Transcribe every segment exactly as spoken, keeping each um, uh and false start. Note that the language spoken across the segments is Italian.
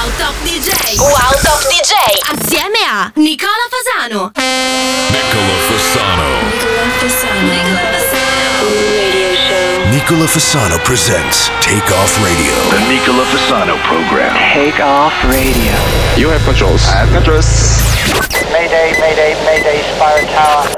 Wow Top D J. Wow Top D J. Assieme a Nicola Fasano. Nicola Fasano. Nicola Fasano. Nicola Fasano. Radio show. Nicola Fasano presents Take Off Radio. The Nicola Fasano program. Take Off Radio. You have controls. I have controls. Mayday, mayday, mayday, Spire Tower.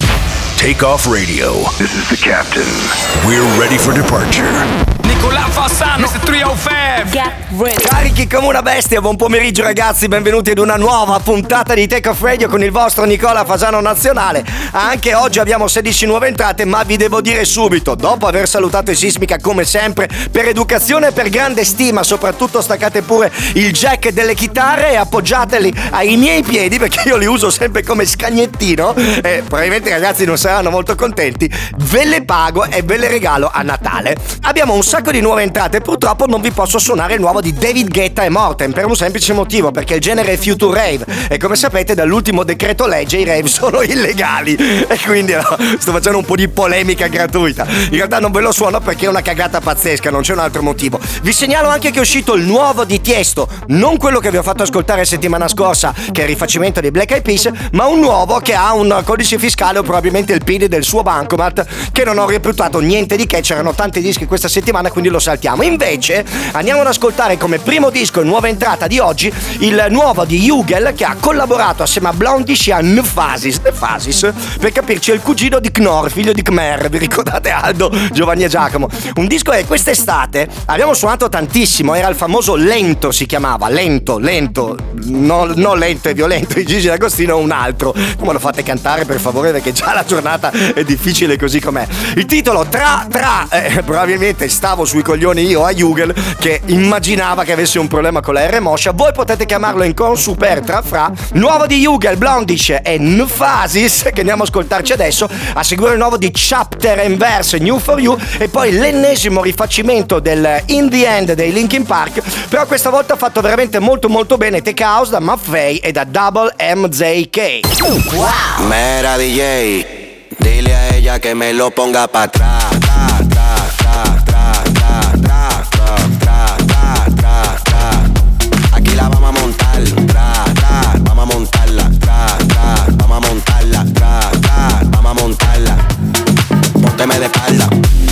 Take Off Radio. This is the captain. We're ready for departure. Nicola Fasano, mister trecentocinque. Get ready. Carichi come una bestia, buon pomeriggio ragazzi, benvenuti ad una nuova puntata di Take Off Radio con il vostro Nicola Fasano nazionale. Anche oggi abbiamo sedici nuove entrate, ma vi devo dire subito, dopo aver salutato il Sismica come sempre, per educazione e per grande stima, soprattutto staccate pure il jack delle chitarre e appoggiateli ai miei piedi, perché io li uso sempre come scagnettino e probabilmente i ragazzi non saranno molto contenti. Ve le pago e ve le regalo a Natale. Abbiamo un sacco di nuove entrate, purtroppo non vi posso suonare il nuovo di David Guetta e Morten per un semplice motivo, perché il genere è future rave e come sapete dall'ultimo decreto legge i rave sono illegali e quindi no, sto facendo un po' di polemica gratuita. In realtà non ve lo suono perché è una cagata pazzesca, non c'è un altro motivo. Vi segnalo anche che è uscito il nuovo di Tiesto, non quello che vi ho fatto ascoltare settimana scorsa che è il rifacimento dei Black Eyed Peas, ma un nuovo che ha un codice fiscale o probabilmente il P I D del suo bancomat, che non ho reputato niente di che. C'erano tanti dischi questa settimana, quindi lo saltiamo. Invece andiamo ad ascoltare come primo disco e nuova entrata di oggi il nuovo di Hugel, che ha collaborato assieme a Blondish e a Nfasis. Nfasis, per capirci, è il cugino di Knorr, figlio di Khmer, vi ricordate Aldo, Giovanni e Giacomo? Un disco che quest'estate abbiamo suonato tantissimo, era il famoso Lento, si chiamava Lento, Lento, non no lento e violento di Gigi D'Agostino, un altro. Come lo fate cantare per favore, perché già la giornata è difficile così com'è. Il titolo Tra Tra, eh, probabilmente stavo sui coglioni io a Hugel che immaginava che avesse un problema con la R moscia. Voi potete chiamarlo in consu per Tra Fra. Nuovo di Hugel, Blondish e Nfasis, che andiamo a ascoltarci adesso, a seguire il nuovo di Chapter and Verse, New For You, e poi l'ennesimo rifacimento del In The End dei Linkin Park, però questa volta fatto veramente molto molto bene. Tech House da Maffei e da Double M J K. Wow. Mera D J, dile a ella que me lo ponga pa' atrás. Tra, tra, tra, tra, tra, tra, tra, tra, tra, tra. Aquí la vamos a montar, tra, tra, vamos a montarla, tra, tra, vamos a montarla, tra, tra, vamos a montarla. Pónteme de espalda.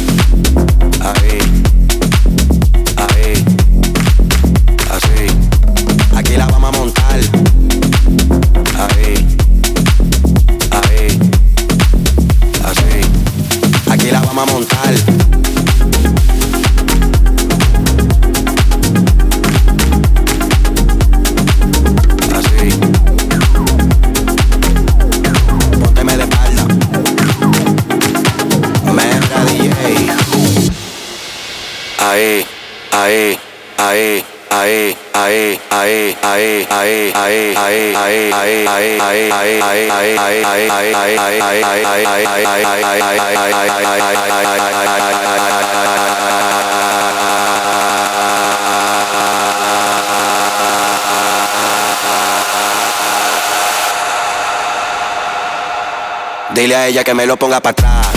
Ahí, ahí, así. Aquí la vamos a montar. Ahí, ahí, así. Aquí la vamos a montar. Así. Pónteme de espalda. Mega D J. Ahí, ahí, ahí. Ahí, ahí, ahí, ahí, ahí, ahí, ahí, ahí, ahí, ahí, ahí, ahí, ahí, ahí, ahí, dile a ella que me lo ponga para atrás.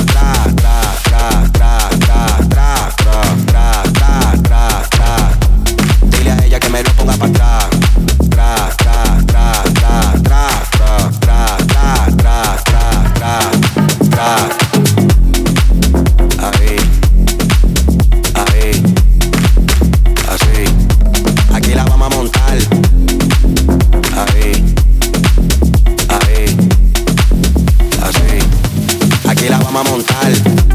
Que me lo ponga para atrás, tra, tra, tra, tra, tra, tra, tra, tra, tra, tra, tra. Ahí, ahí, así. Aquí la vamos a montar. Ahí, ahí, así. Aquí la vamos a montar.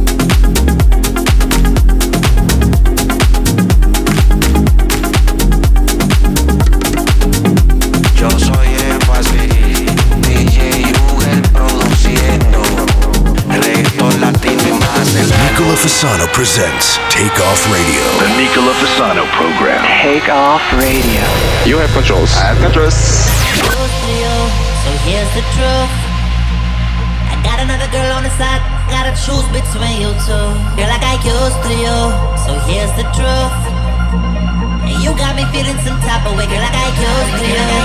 Nicola Fasano presents Take Off Radio. The Nicola Fasano program. Take Off Radio. You have controls. I have controls. So here's the truth. I got another girl on the side. Gotta choose between you two. You're like I used to you. So here's the truth. And you got me feeling some type of way. Girl, like I used to you.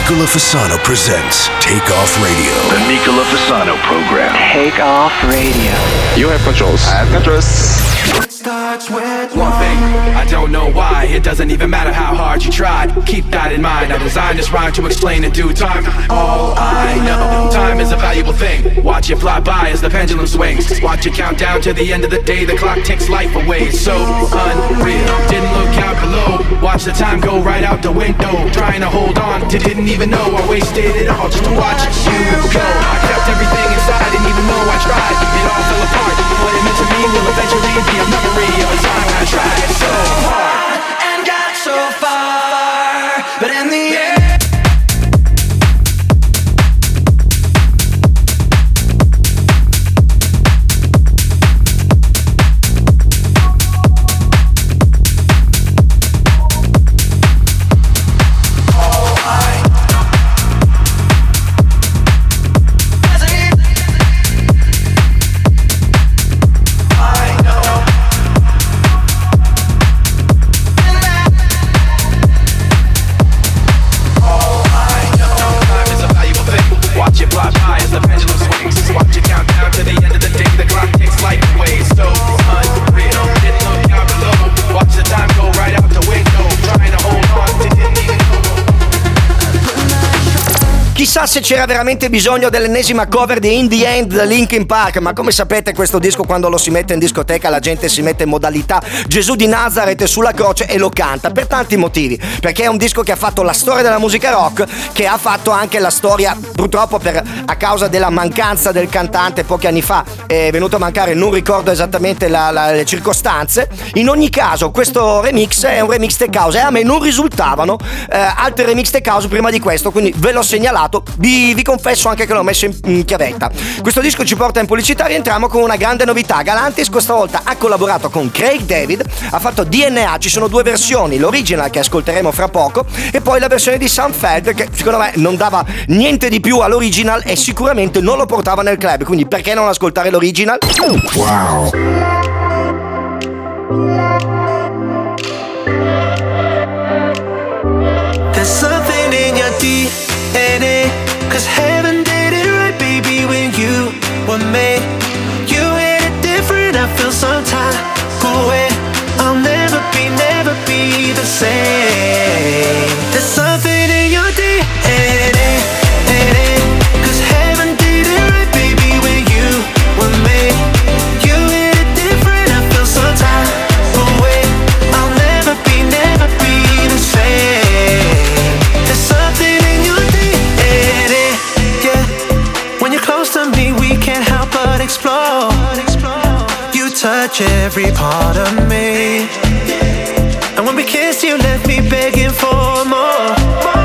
Nicola Fasano presents Take Off Radio. The Nicola Fasano program. Take Off Radio. You have controls. I have controls. One thing, I don't know why. It doesn't even matter how hard you tried. Keep that in mind. I designed this rhyme to explain in due time. All I know, time is a valuable thing. Watch it fly by as the pendulum swings. Watch it count down to the end of the day. The clock takes life away. It's so unreal. Didn't look out below. Watch the time go right out the window. Trying to hold on to didn't even know I wasted it all just to watch you go. I kept everything inside, didn't even know I tried. It all fell apart. What it meant to me will eventually be a memory of a time when I tried so hard and got so far, but in the end. Chissà se c'era veramente bisogno dell'ennesima cover di In The End da Linkin Park, ma come sapete questo disco quando lo si mette in discoteca la gente si mette in modalità Gesù di Nazareth sulla croce e lo canta per tanti motivi, perché è un disco che ha fatto la storia della musica rock, che ha fatto anche la storia, purtroppo per, a causa della mancanza del cantante pochi anni fa è venuto a mancare, non ricordo esattamente la, la, le circostanze. In ogni caso questo remix è un remix tech house e a me non risultavano eh, altri remix tech house prima di questo, quindi ve l'ho segnalato. Vi, vi confesso anche che l'ho messo in, in chiavetta. Questo disco ci porta in pubblicità. Rientriamo con una grande novità. Galantis questa volta ha collaborato con Craig David, ha fatto D N A. Ci sono due versioni, l'original che ascolteremo fra poco e poi la versione di Soundfeld, che secondo me non dava niente di più all'original e sicuramente non lo portava nel club, quindi perché non ascoltare l'original? Wow. There's something in your D N A, 'cause heaven did it right, baby, when you were made. You hit it different, I feel some time away. I'll never be, never be the same. There's something in your D N A, 'cause heaven did it right, baby, when you were made. You hit it different, I feel some time away. I'll never be, never be the same. There's something in your D N A, yeah. When you're close to me, we can't help but explore. You touch every part of me, and when we kiss, you left me begging for more.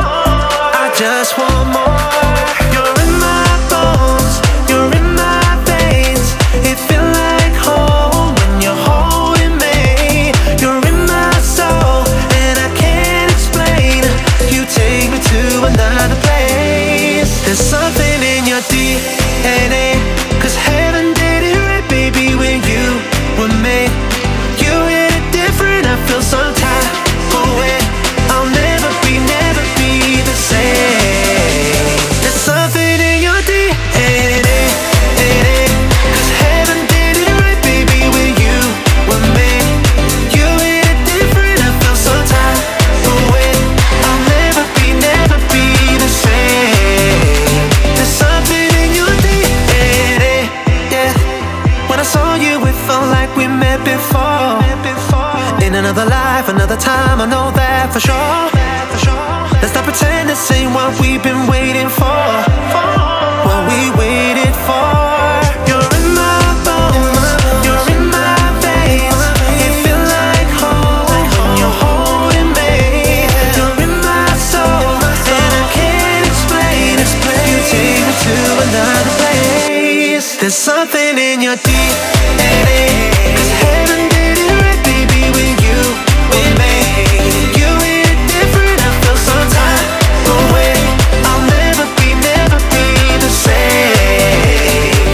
I just want more. You're in my bones, you're in my veins. It feels like home when you're holding me. You're in my soul, and I can't explain. You take me to another place. There's something in your D N A, 'cause heaven did it right, baby, when you were made. You hit it different, I feel some time away. I'll never be, never be the same. There's something in your D N A, 'cause heaven did it right, baby, when you were made. You hit it different, I feel some time away. I'll never be, never be the same. There's something in your D N A, yeah. When I saw you, it felt like we met before. In another life, another time, I know that for sure. Let's not pretend this ain't what we've been waiting for. What we waited for. You're in my bones, you're in my veins. It feels like home when you're holding me. You're in my soul, and I can't explain. You take me to another place. There's something in your D N A, 'cause heaven did it right, baby, when you were made. You hit it different, I feel some time away. I'll never be, never be the same.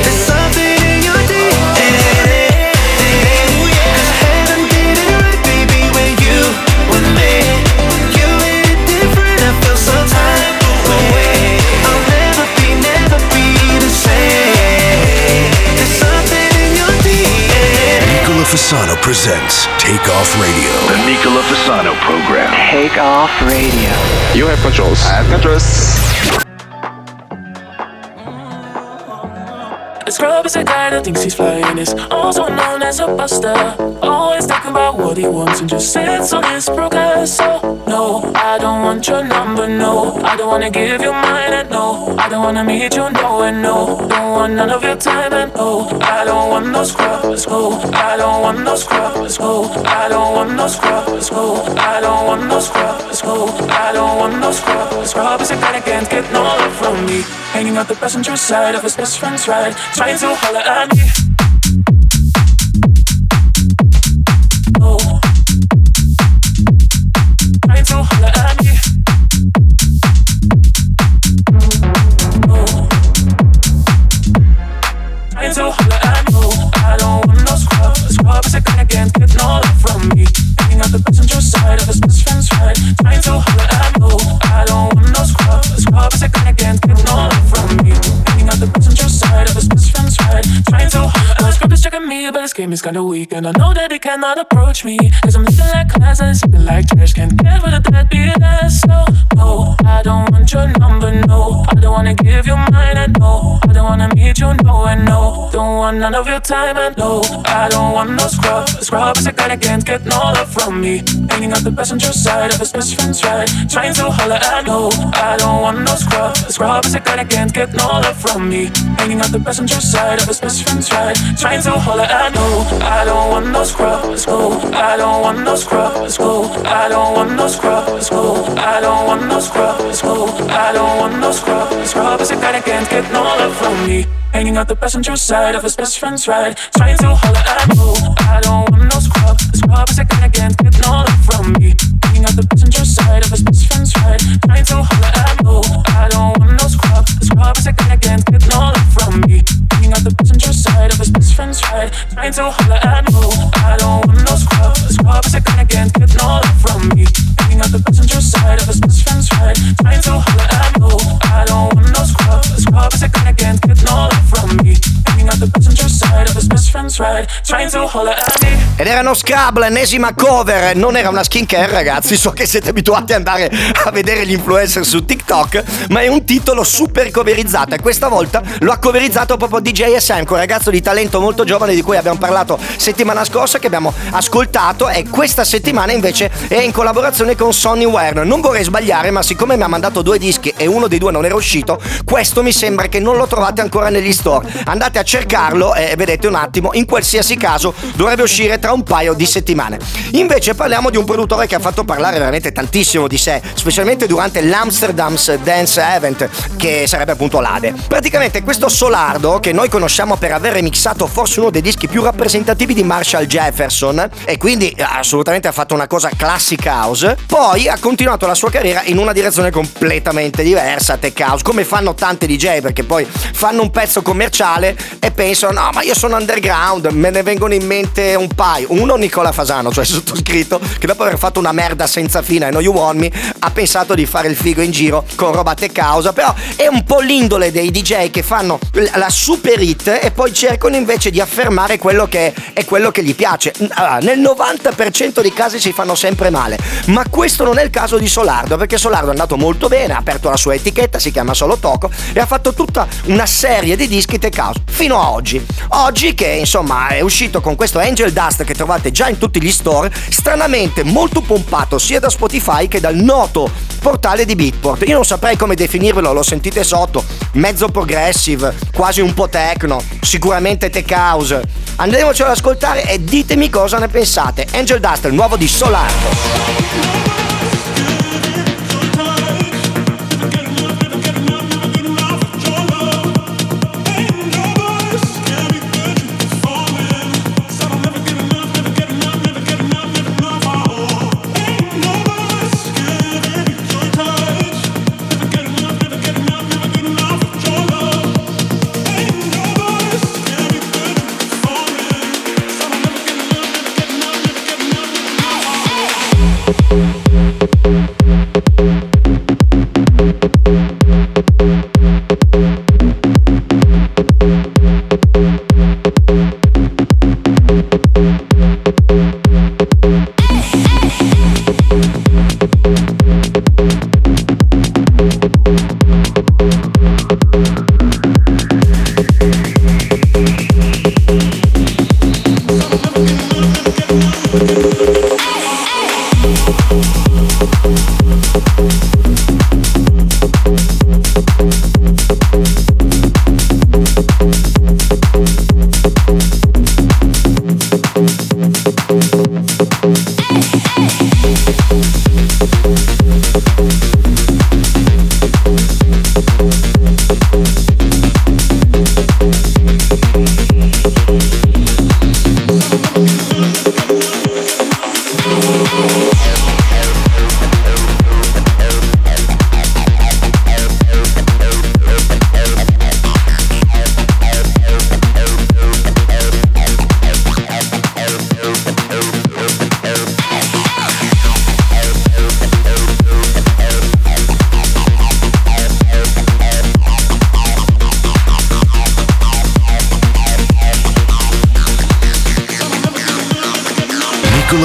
presents Take Off Radio. The Nicola Fasano program. Take Off Radio. You have controls. I have controls. A scrub is a guy that thinks he's flying, is also known as a buster. Always thinking about what he wants and just sits on his progress. So, no, I don't want your number, no. I don't wanna give you mine, and no. I don't wanna meet you, no, and no. Don't want none of your time, and no. I don't want no scrubbers, no. I don't want no scrubbers, no. I don't want no scrubbers, no. I don't want no scrubbers, no. I don't want no scrubbers. Scrubbers a guy that can't get no love from me. Hanging out the passenger side of his best friend's ride, trying to holler at me. Oh, trying to holler at me. Oh, trying to holler at me. Oh, I don't want no scrub. Scrub is a guy that can't get no love from me. Hanging out the passenger side of his best friend's ride, trying to holler at me. Oh, I don't want no scrub. Scrub is a guy that can't get no love from me. Hanging out the passenger side of his best friend's ride, trying to holler. Scrub is checking me, but his game is kinda weak, and I know that he cannot approach me, cause I'm looking like class and sitting like trash. Can't get rid of that beat ass. So, no, I don't want your number, no. I don't wanna give you mine, and no. I don't wanna meet you, no, and no. Don't want none of your time, and no. I don't want no scrub. Scrub is a guy that can't get no love from me. Hanging out the passenger side of his best friend's ride, trying to holler at no. I don't want no scrub. Scrub is a guy that can't get no love from me. Hanging out the passenger side of his best friend's ride, trying to holler at no. I don't want no scrub. No, I don't want no scrub. No, I don't want no scrub. No, I don't want no scrub. No, I don't want no scrub. Scrub is a guy that can't get no love from me. Hanging out the passenger side of his best friend's ride, trying to holler at no. I don't want no scrub. Scrub is a guy that can't get no love from me. Hanging out the passenger side of his best friend's ride, trying to holler at no. I don't want no scrub. Scrub is a guy that can't get no love from me. Hanging out the passenger side of his best friend's ride, trying to holler at no. I don't want no scrub. Scrub is a guy that can't get no love from me. Hanging out the passenger side of his best friend's ride, trying to holler at no. I don't want no scrub. Scrub is a guy that can't get no love from me. Hanging out the passenger side of his best friend's ride, trying to holler at me. Ed erano Scrub, l'ennesima cover. Non era una skincare, ragazzi. So che siete abituati ad andare a vedere gli influencer su TikTok, ma è un titolo super coverizzato, e questa volta lo ha coverizzato proprio D J Samko, un ragazzo di talento molto giovane di cui abbiamo parlato settimana scorsa, che abbiamo ascoltato, e questa settimana invece è in collaborazione con Sonny Warner. Non vorrei sbagliare, ma siccome mi ha mandato due dischi e uno dei due non era uscito, questo mi sembra che non lo trovate ancora negli store. Andate a cercarlo e vedete un attimo. In qualsiasi caso dovrebbe uscire tra un paio di settimane. Invece parliamo di un produttore che ha fatto parlare veramente tantissimo di sé, specialmente durante l'Amsterdam's Dance Event, che sarebbe appunto l'Ade. Praticamente questo Solardo, che noi conosciamo per aver remixato forse uno dei dischi più rappresentativi di Marshall Jefferson, e quindi assolutamente ha fatto una cosa classic house, poi ha continuato la sua carriera in una direzione completamente diversa, tech house, come fanno tanti D J, perché poi fanno un pezzo commerciale e pensano no, ma io sono underground. Me ne vengono in mente un paio. Uno, Nicola Fasano, cioè sottoscritto, che dopo aver fatto una merda senza fine a No You Want Me ha pensato di fare il figo in giro con roba tech house. Però è un po' l'indole dei D J che fanno la super hit e poi cercano invece di affermare quello che è quello che gli piace. Allora, nel novanta per cento dei casi si fanno sempre male, ma questo non è il caso di Solardo, perché Solardo è andato molto bene, ha aperto la sua etichetta, si chiama Solo Toco, e ha fatto tutta una serie di dischi tech house fino a oggi. Oggi che insomma è uscito con questo Angel Dust che trovate già in tutti gli store, stranamente molto pompato sia da Spotify che dal noto portale di Beatport. Io non saprei come definirvelo, lo sentite sotto, mezzo progressive, quasi un po' techno, sicuramente tech house. Andiamocelo ad ascoltare e ditemi cosa ne pensate. Angel Dust, il nuovo di Solardo.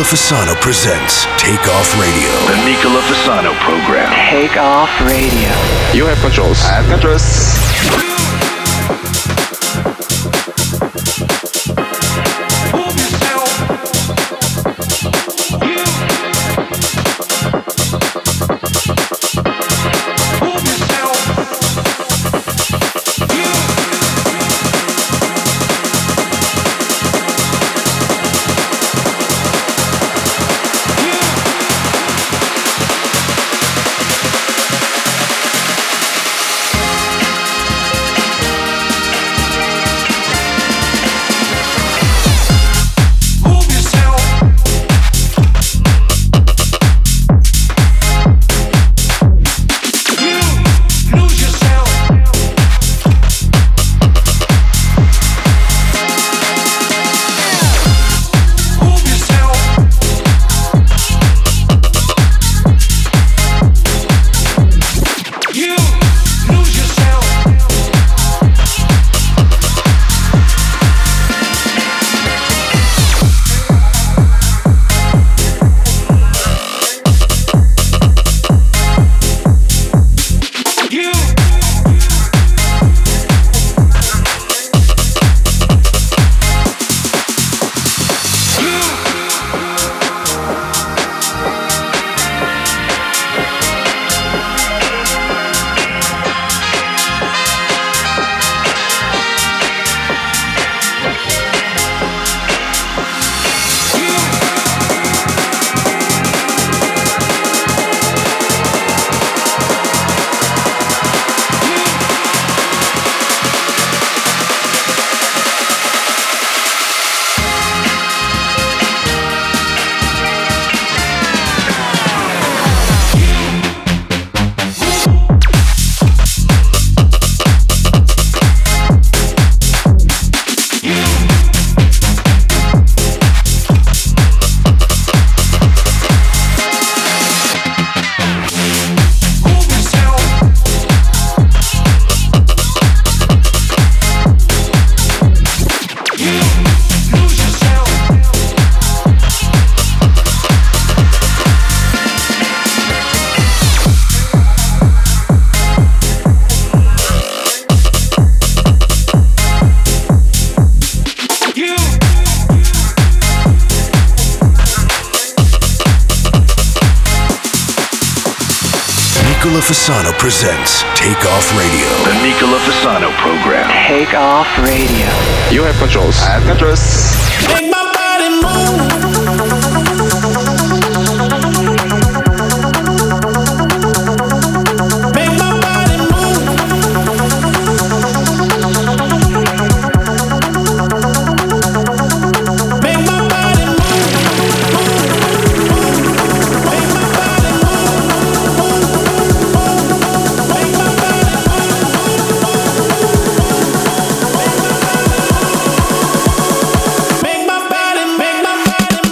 Fasano presents Take Off Radio. The Nicola Fasano program. Take Off Radio. You have controls. I have controls. Nicola Fasano presents Take Off Radio. The Nicola Fasano program. Take Off Radio. You have controls. I have controls. Make my body move. Make my body move. Make my body move. Make my body Make my body, make my body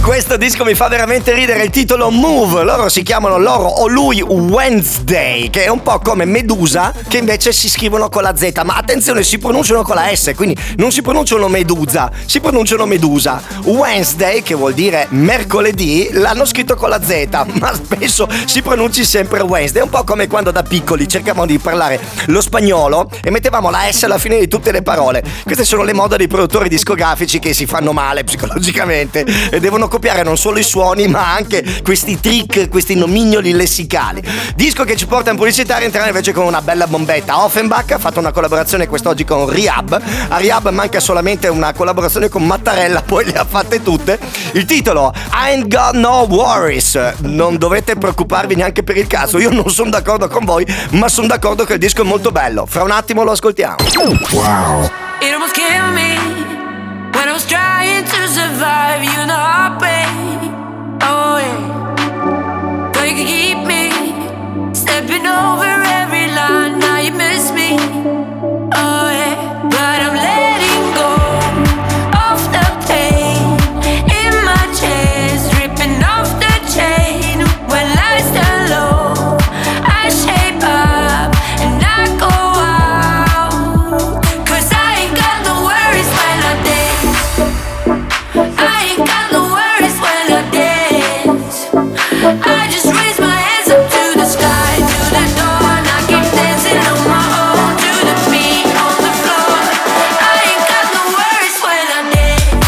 Questo disco mi fa veramente ridere, il titolo Move. Loro si chiamano loro o lui Wednesday, che è un po' come Medusa, che invece si scrivono con la Z, ma attenzione, si pronunciano con la S, quindi non si pronunciano Medusa, si pronunciano Medusa. Wednesday, che vuol dire mercoledì, l'hanno scritto con la Z, ma spesso si pronunci sempre Wednesday. È un po' come quando da piccoli cercavamo di parlare lo spagnolo e mettevamo la S alla fine di tutte le parole. Queste sono le mode dei produttori discografici che si fanno male psicologicamente e devono copiare non solo i suoni ma anche questi trick, questi nomignoli lessicali. Disco che ci porta in pubblicità a rientrare invece con una bella bombetta. Offenbach ha fatto una collaborazione quest'oggi con Rehab. A Rehab manca solamente una collaborazione con Mattarella, poi le ha fatte tutte. Il titolo I Ain't Got No Worries. Non dovete preoccuparvi neanche per il caso, io non sono d'accordo con voi, ma sono d'accordo che il disco è molto bello. Fra un attimo lo ascoltiamo. Wow. It almost killed me when I was trying to survive, you know, heartbreak. Oh yeah, thought you could keep me stepping over every line. Now you miss me. Oh yeah, but I'm letting go of the pain in my chest, ripping off the chain. When life's done low, I shape up and I go out. 'Cause I ain't got no worries when I dance. I ain't got no worries when I dance. I just raise my hands up to the sky, to the door, and I keep dancing on my own to the beat on the floor. I ain't got no worries when I dance.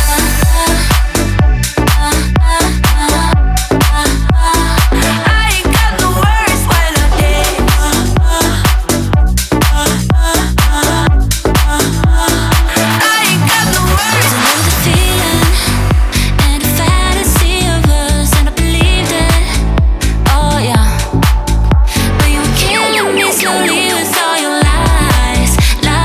I ain't got no worries when I dance. I ain't got no worries. I know the feeling and a fantasy of us, and I believed it. Oh yeah, but you were killing me slowly with all your lies,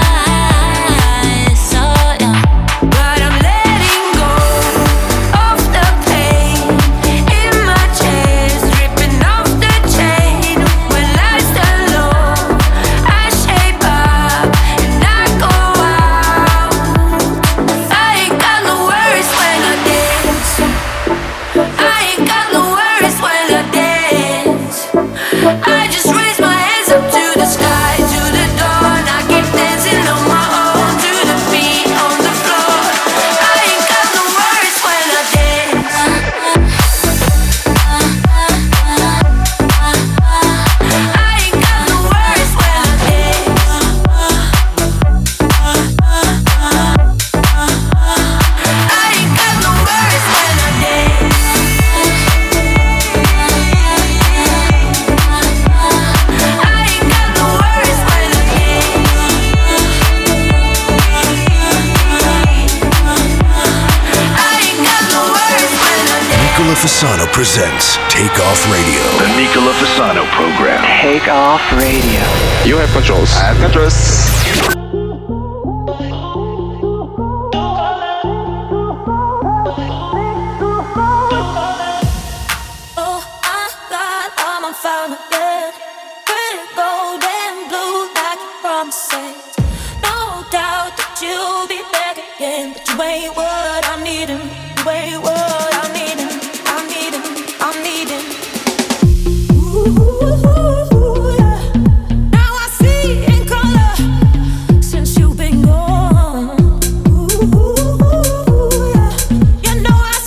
lies. Oh yeah, But I'm letting go of the pain in my chest, ripping off the chain. When life's done low, I shape up and I go out. I ain't got no worries when I dance. I ain't got no worries when I dance. I just raise my hands up to the sky, to the door, and I keep dancing on my own to the beat on the floor. I ain't got no worries when I dance. I ain't got no worries when I dance. I ain't got no worries when I dance. I ain't got no worries when I dance. I ain't got no worries when I dance. Nicola Fasano presents Take Off Radio. The Nicola Fasano program. Take Off Radio. You have controls. I have controls. oh I got all my found again. Pretty gold and blue like you promised. No doubt that you'll be back again, but you ain't what I'm needing. You ain't what I'm needing. I'm needing. I'm needing. Ooh, yeah. Now I see in color since you've been gone. Ooh, yeah. You know I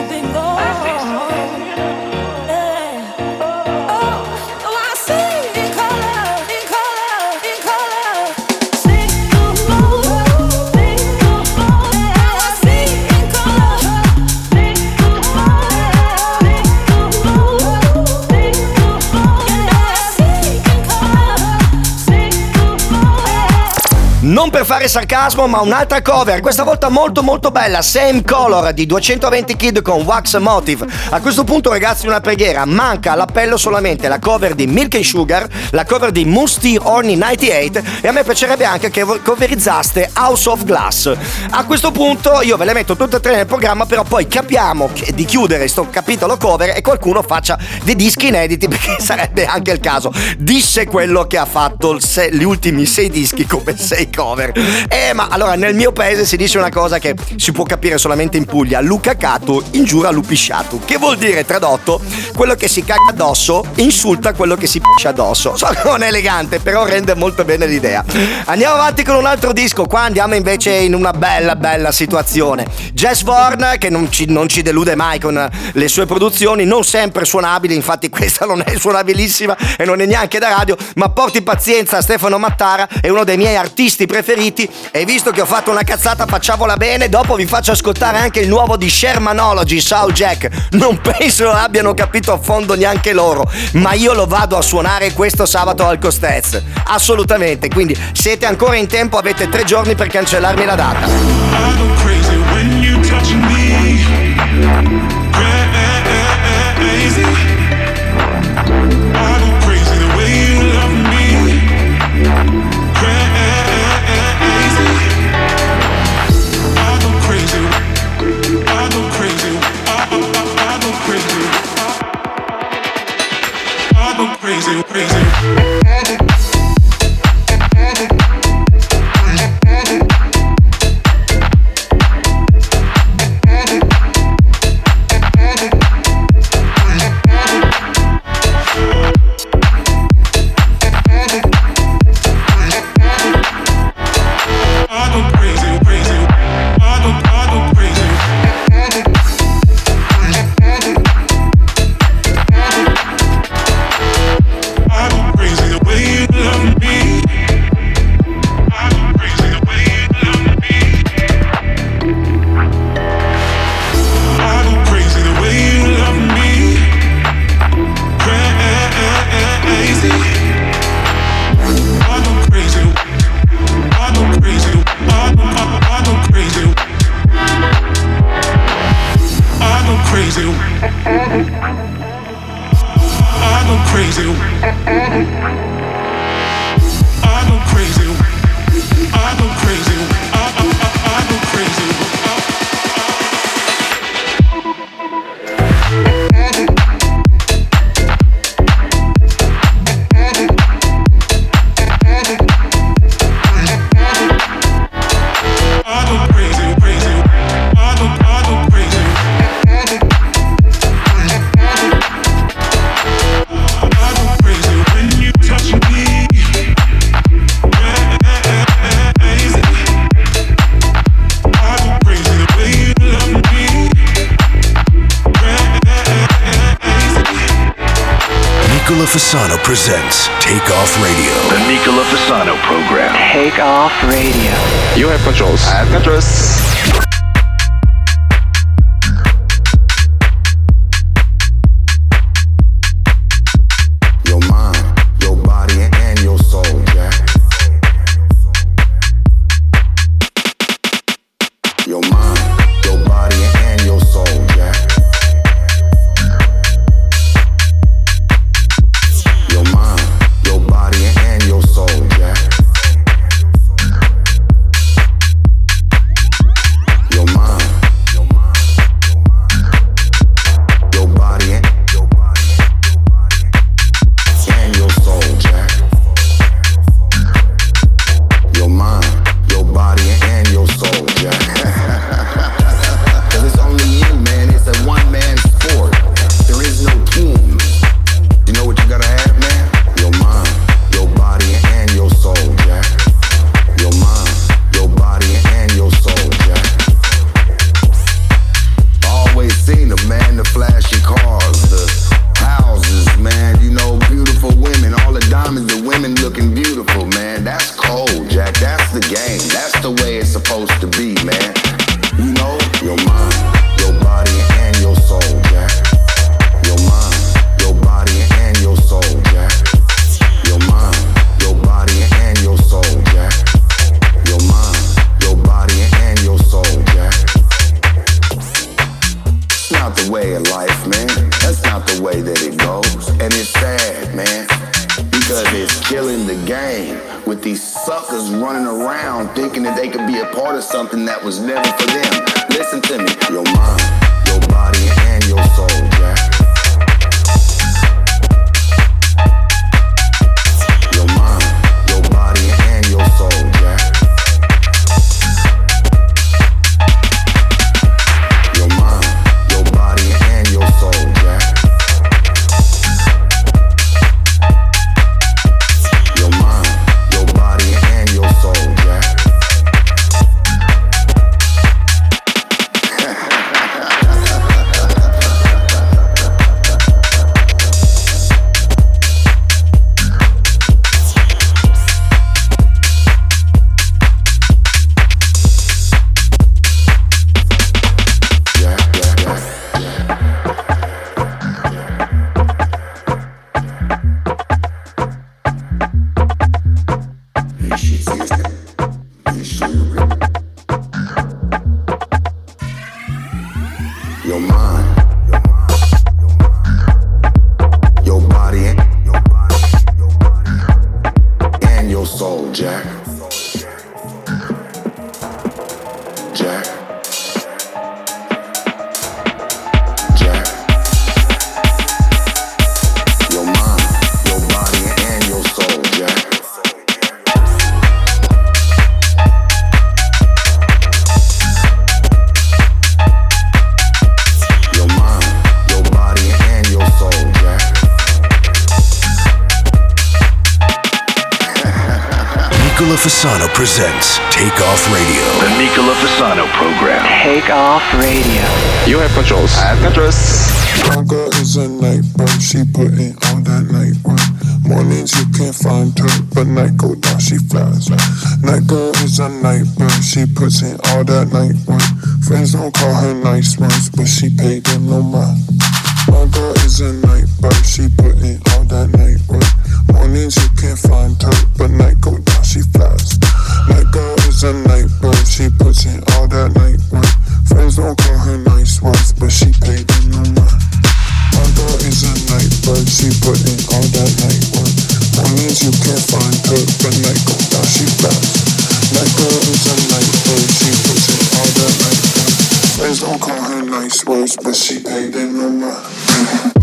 you've been gone. Non per fare sarcasmo, ma un'altra cover, questa volta molto molto bella, Same Color di duecentoventi Kid con Wax Motive. A questo punto, ragazzi, una preghiera, manca all'appello solamente la cover di Milk and Sugar, la cover di Musty Horny novantotto, e a me piacerebbe anche che coverizzaste House of Glass. A questo punto io ve le metto tutte e tre nel programma, però poi capiamo di chiudere sto capitolo cover e qualcuno faccia dei dischi inediti, perché sarebbe anche il caso. Disse quello che ha fatto il se- gli ultimi sei dischi come sei cover. Eh, ma allora nel mio paese si dice una cosa che si può capire solamente in Puglia: Luca Catu ingiura lupisciatu, che vuol dire, tradotto, quello che si caga addosso insulta quello che si piscia addosso. So che non è elegante, però rende molto bene l'idea. Andiamo avanti con un altro disco. Qua andiamo invece in una bella bella situazione. Jess Vorn, che non ci, non ci delude mai con le sue produzioni, non sempre suonabili, infatti questa non è suonabilissima e non è neanche da radio, ma porti pazienza a Stefano Mattara, è uno dei miei artisti preferiti, e visto che ho fatto una cazzata facciamola bene. Dopo vi faccio ascoltare anche il nuovo di Shermanology, Soul Jack. Non penso abbiano capito a fondo neanche loro, ma io lo vado a suonare questo sabato al Costez, assolutamente, quindi siete ancora in tempo, avete tre giorni per cancellarmi la data. I go crazy when you touch me. Crazy. I go crazy the way you love me. Crazy. I go crazy. I go crazy. I, I, I, I go crazy. I go crazy, crazy. Fasano presents Take Off Radio. The Nicola Fasano program. Take Off Radio. You have controls. I have controls. Your life, man. That's not the way that it goes. And it's sad, man, because it's killing the game with these suckers running around thinking that they could be a part of something that was never for them. Listen to me. Your mind, your body, and your soul, Jack. Your mind, your body, and your soul, Jack. Your mind, your body, and your soul, Jack. Your mind, your body, and your soul, Jack. Your mind, your body, and your soul, Jack. Jack. Jack. Your mind, your body, and your soul, Jack. Nicola Fasano presents Take Off Radio. The Nicola Fasano program. Take Off Radio. You have controls. I have controls. My girl is a night bird, she putting on that night work. Mornings you can't find her, but night go down, she flies. Night girl is a night bird, she puts in all that night work. Friends don't call her nice ones, but she paid them no mind. My girl is a night bird, she putting all that night work. Mornings you can't find her, but night go down, she flies. Night girl is a night bird, she puts in all that night work. Friends don't call her nice ones, but she paid them no mind. My girl is a night bird, she put in all that night work. Mornings you can't find her, but night go down, she flies. Night girl is a night bird, she puts in all that night work. Friends don't call her nice words, but she paid them no mind.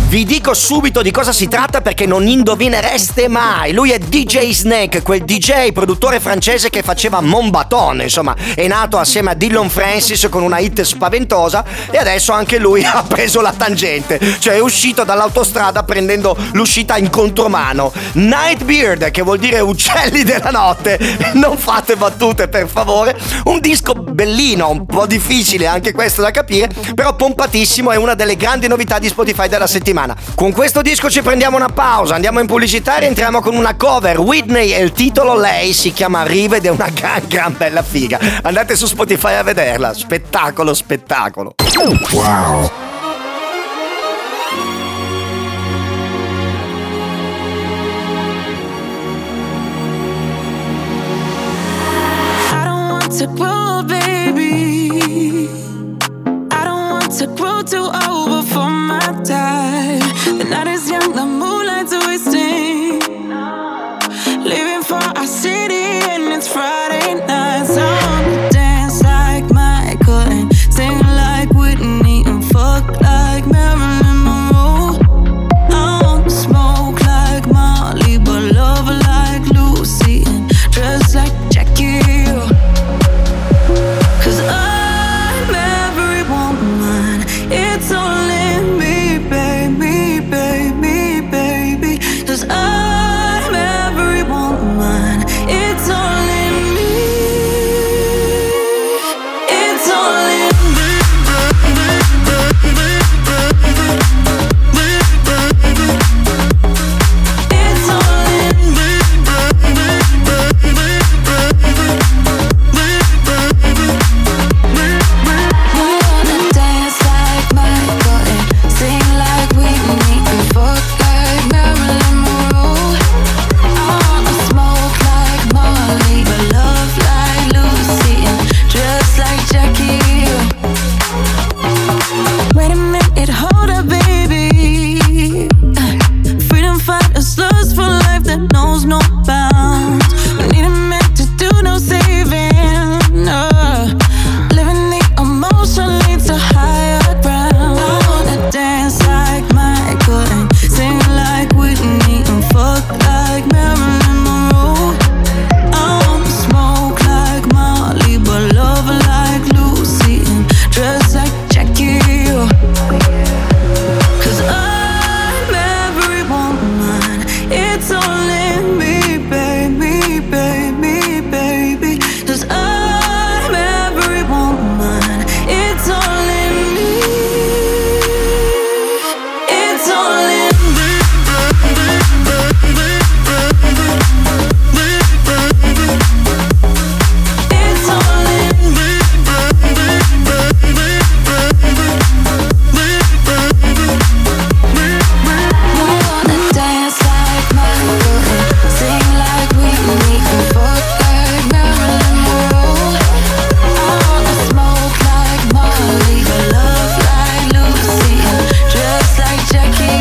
Vi dico subito di cosa si tratta perché non indovinereste mai. Lui è D J Snake, quel D J produttore francese che faceva Mon Baton, insomma, è nato assieme a Dillon Francis con una hit spaventosa e adesso anche lui ha preso la tangente, cioè è uscito dall'autostrada prendendo l'uscita in contromano. Nightbeard, che vuol dire uccelli della notte, non fate battute per favore, un disco bellino, un po' difficile anche questo da capire, però pompatissimo, è una delle grandi novità di Spotify della settimana. Con questo disco ci prendiamo una pausa, andiamo in pubblicità e entriamo con una cover. Whitney e il titolo Lei si chiama Rive ed è una gran gran bella figa. Andate su Spotify a vederla, spettacolo spettacolo. Wow. I don't want to grow, baby. I don't want to grow too old before my time. The night is young, the moonlight's wasting. Leaving for our city and it's Friday night. So I wanna dance like Michael and sing like Whitney and fuck like Marilyn Monroe. I wanna smoke like Molly but love like Lucy and dress like Jackie. Cause I'm every woman, it's all in me, baby, baby, baby. Cause I'm every woman, it's all in me. It's all in me. It's all in me. I wanna dance like Michael and sing like Whitney and fuck like Marilyn Monroe. I wanna smoke like Molly but love like Lucy and dress like Jackie. Wait a minute, hold up, baby. Uh, Freedom fighters, lust for life that knows no bounds. We need a man to do no saving. No. Living the emotion leads to higher ground. I wanna dance like Michael and sing like Whitney and fuck like Marilyn Monroe. I wanna smoke like Molly but love like Lucy and dress like Jackie. Cause I'm every woman, it's all in me, baby, baby, baby. Cause I'm every woman, it's all in me. It's all in me. It's all in me. I wanna dance like Michael and sing like Whitney and fuck like Marilyn Monroe. I wanna smoke like Molly but love like Lucy and dress like Jackie.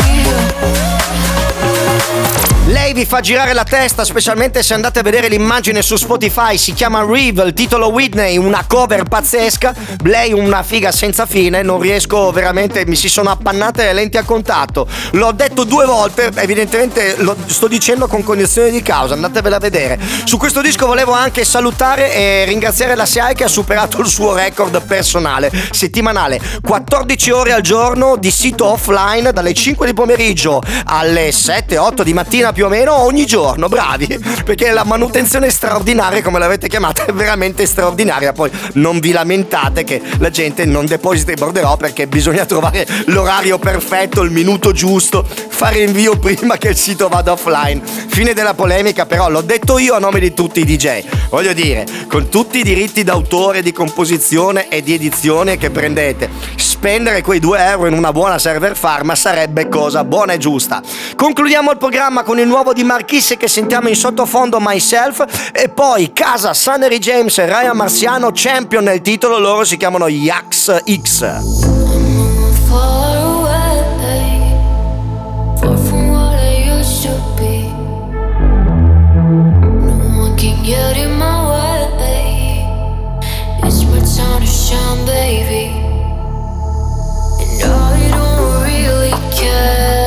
Lei vi fa girare la testa, specialmente se andate a vedere l'immagine su Spotify. Si chiama Rive, il titolo Whitney, una cover pazzesca. Lei una figa senza fine, non riesco veramente, mi si sono appannate le lenti a contatto. L'ho detto due volte, evidentemente lo sto dicendo con cognizione di causa, andatevela a vedere. Su questo disco volevo anche salutare e ringraziare la S I A E che ha superato il suo record personale settimanale, quattordici ore al giorno di sito offline dalle cinque di pomeriggio alle sette otto di mattina più o meno ogni giorno. Bravi, perché la manutenzione straordinaria, come l'avete chiamata, è veramente straordinaria. Poi non vi lamentate che la gente non deposita i borderò, perché bisogna trovare l'orario perfetto, il minuto giusto, fare invio prima che il sito vada offline. Fine della polemica, però l'ho detto io a nome di tutti i D J. Voglio dire, con tutti i diritti d'autore, di composizione e di edizione che prendete, spendere quei due euro in una buona server farm sarebbe cosa buona e giusta. Concludiamo il programma con il nuovo di Marchisse che sentiamo in sottofondo, Myself, e poi casa Sunnery James e Ryan Marciano, Champion nel titolo. Loro si chiamano Yax X. Far away, far from what I used to be. No one can get in my way. It's my time to shine, baby. And I don't really care.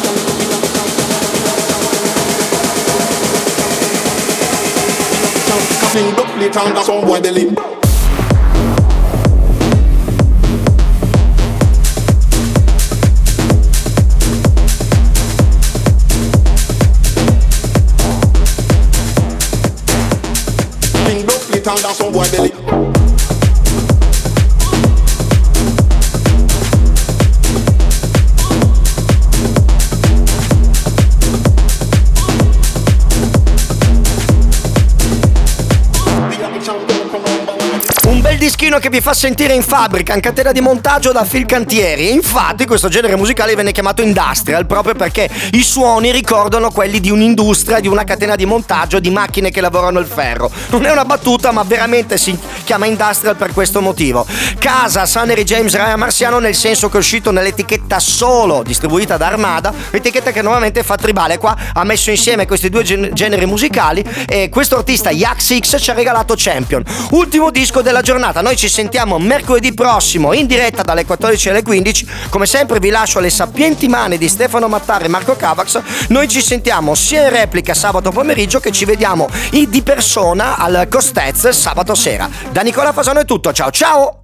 Fling the plate and that's some boy belly. Fling the plate and that's some boy belly. Un bel dischino che vi fa sentire in fabbrica, in catena di montaggio da Fincantieri. Infatti questo genere musicale viene chiamato industrial proprio perché i suoni ricordano quelli di un'industria, di una catena di montaggio di macchine che lavorano il ferro. Non è una battuta, ma veramente si chiama industrial per questo motivo. Casa, Sunnery James, Ryan Marciano, nel senso che è uscito nell'etichetta solo distribuita da Armada, etichetta che normalmente fa tribale. Qua ha messo insieme questi due gen- generi musicali e questo artista Yax X ci ha regalato Champion, ultimo disco della giornata. Noi ci sentiamo mercoledì prossimo in diretta dalle quattordici alle quindici. Come sempre vi lascio alle sapienti mani di Stefano Mattari e Marco Cavax. Noi ci sentiamo sia in replica sabato pomeriggio che ci vediamo di persona al Costez sabato sera. Da Nicola Fasano è tutto, ciao ciao!